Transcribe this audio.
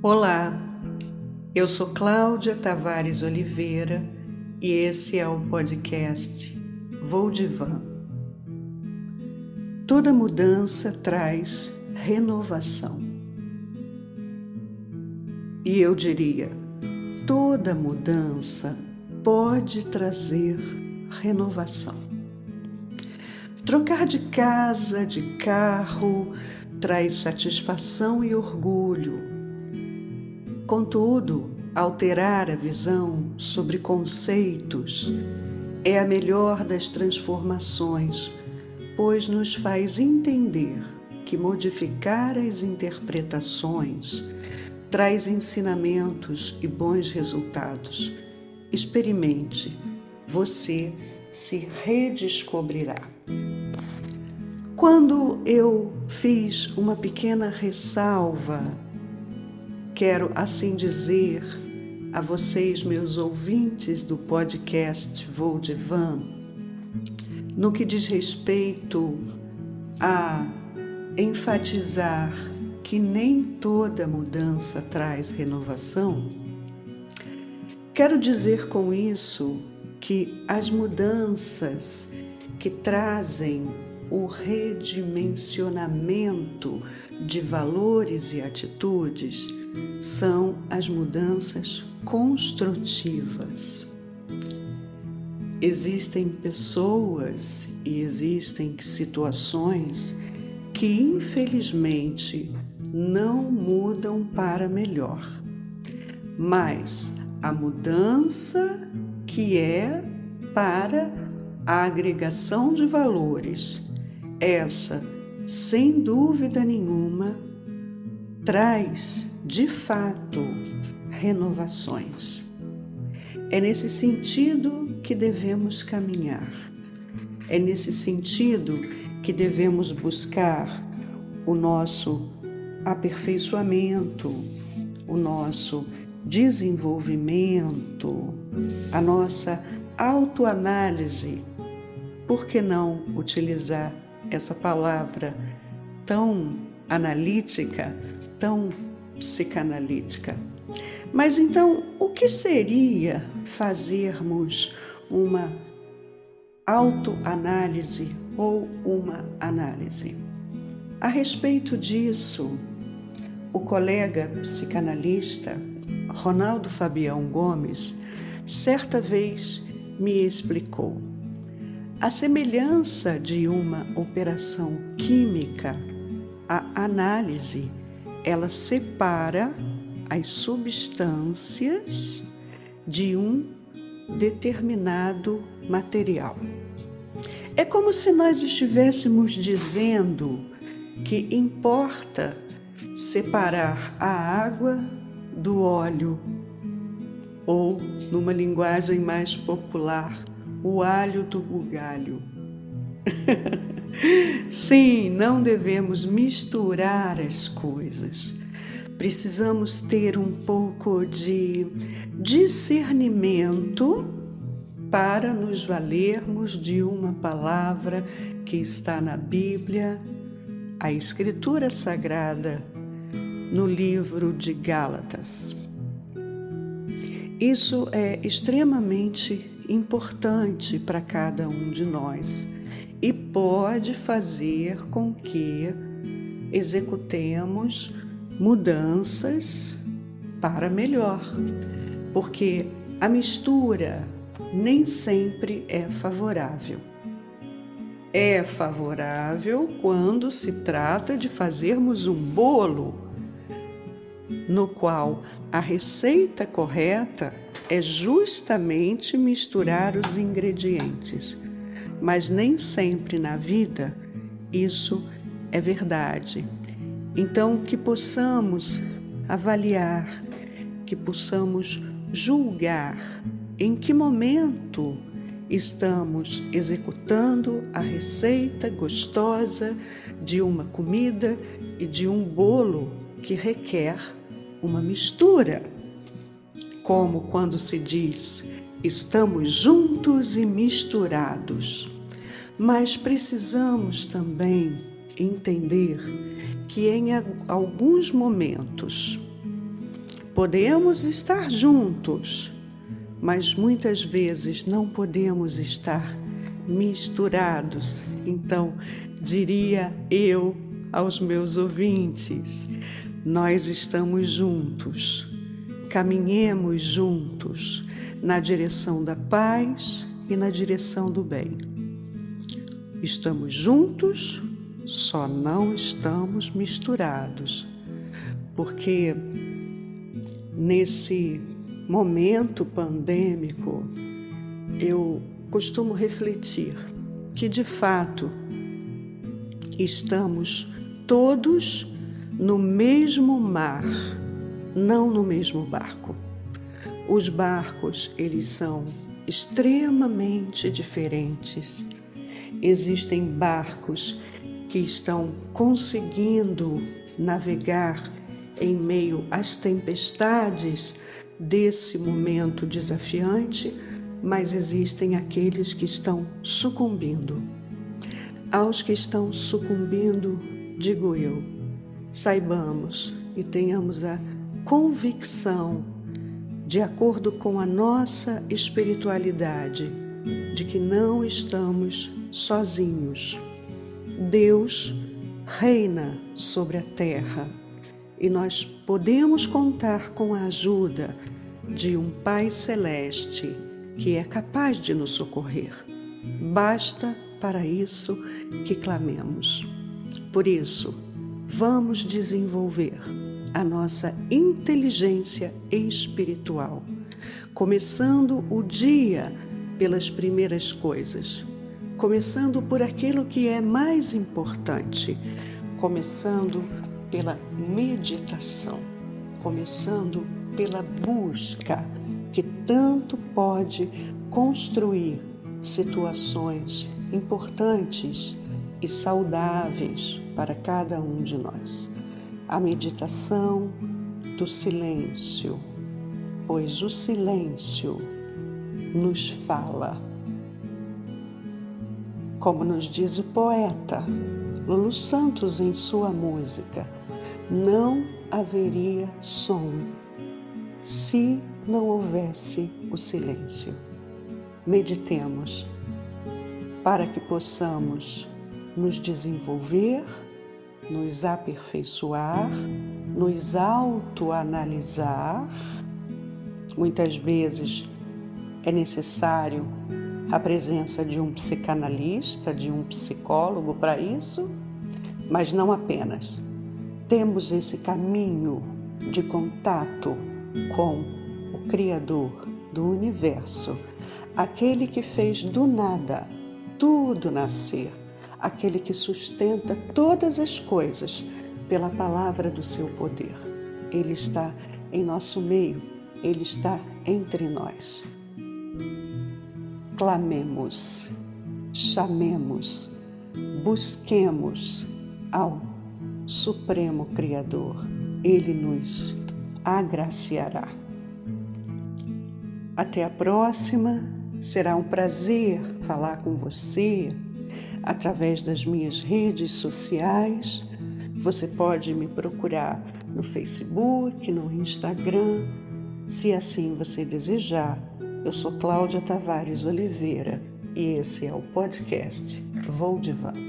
Olá, eu sou Cláudia Tavares Oliveira e esse é o podcast Vou de Van. Toda mudança traz renovação. E eu diria, toda mudança pode trazer renovação. Trocar de casa, de carro, traz satisfação e orgulho. Contudo, alterar a visão sobre conceitos é a melhor das transformações, pois nos faz entender que modificar as interpretações traz ensinamentos e bons resultados. Experimente, você se redescobrirá. Quando eu fiz uma pequena ressalva, quero assim dizer a vocês, meus ouvintes do podcast Vou de Van, no que diz respeito a enfatizar que nem toda mudança traz renovação, quero dizer com isso que as mudanças que trazem o redimensionamento de valores e atitudes são as mudanças construtivas. Existem pessoas e existem situações que infelizmente não mudam para melhor, mas a mudança que é para a agregação de valores, essa, sem dúvida nenhuma, traz, de fato, renovações. É nesse sentido que devemos caminhar. É nesse sentido que devemos buscar o nosso aperfeiçoamento, o nosso desenvolvimento, a nossa autoanálise. Por que não utilizar essa palavra tão analítica, tão psicanalítica? Mas então, o que seria fazermos uma autoanálise ou uma análise? A respeito disso, o colega psicanalista Ronaldo Fabião Gomes certa vez me explicou: a semelhança de uma operação química, a análise, ela separa as substâncias de um determinado material. É como se nós estivéssemos dizendo que importa separar a água do óleo, ou, numa linguagem mais popular, o alho do bugalho. Sim, não devemos misturar as coisas. Precisamos ter um pouco de discernimento para nos valermos de uma palavra que está na Bíblia, a Escritura Sagrada, no livro de Gálatas. Isso é extremamente importante para cada um de nós e pode fazer com que executemos mudanças para melhor, porque a mistura nem sempre é favorável. É favorável quando se trata de fazermos um bolo, no qual a receita correta é justamente misturar os ingredientes. Mas nem sempre na vida isso é verdade. Então, que possamos avaliar, que possamos julgar em que momento estamos executando a receita gostosa de uma comida e de um bolo que requer uma mistura. Como quando se diz, estamos juntos e misturados. Mas precisamos também entender que em alguns momentos Podemos estar juntos, mas muitas vezes não podemos estar misturados. Então, diria eu aos meus ouvintes, nós estamos juntos, caminhemos juntos na direção da paz e na direção do bem. Estamos juntos, só não estamos misturados, porque nesse momento pandêmico eu costumo refletir que de fato estamos todos no mesmo mar, não no mesmo barco. Os barcos, eles são extremamente diferentes. Existem barcos que estão conseguindo navegar em meio às tempestades desse momento desafiante, mas existem aqueles que estão sucumbindo. Aos que estão sucumbindo, digo eu, saibamos e tenhamos a convicção, de acordo com a nossa espiritualidade, de que não estamos sozinhos. Deus reina sobre a terra e nós podemos contar com a ajuda de um Pai Celeste que é capaz de nos socorrer. Basta para isso que clamemos. Por isso, vamos desenvolver a nossa inteligência espiritual, começando o dia pelas primeiras coisas, começando por aquilo que é mais importante, começando pela meditação, começando pela busca que tanto pode construir situações importantes e saudáveis para cada um de nós. A meditação do silêncio, pois o silêncio nos fala. Como nos diz o poeta Lulu Santos em sua música, não haveria som se não houvesse o silêncio. Meditemos para que possamos nos desenvolver, nos aperfeiçoar, nos autoanalisar. Muitas vezes é necessário a presença de um psicanalista, de um psicólogo para isso, mas não apenas. Temos esse caminho de contato com o Criador do Universo, aquele que fez do nada tudo nascer, aquele que sustenta todas as coisas pela palavra do seu poder. Ele está em nosso meio, Ele está entre nós. Clamemos, chamemos, busquemos ao Supremo Criador. Ele nos agraciará. Até a próxima. Será um prazer falar com você através das minhas redes sociais. Você pode me procurar no Facebook, no Instagram, se assim você desejar. Eu sou Cláudia Tavares Oliveira e esse é o podcast Voo de Van.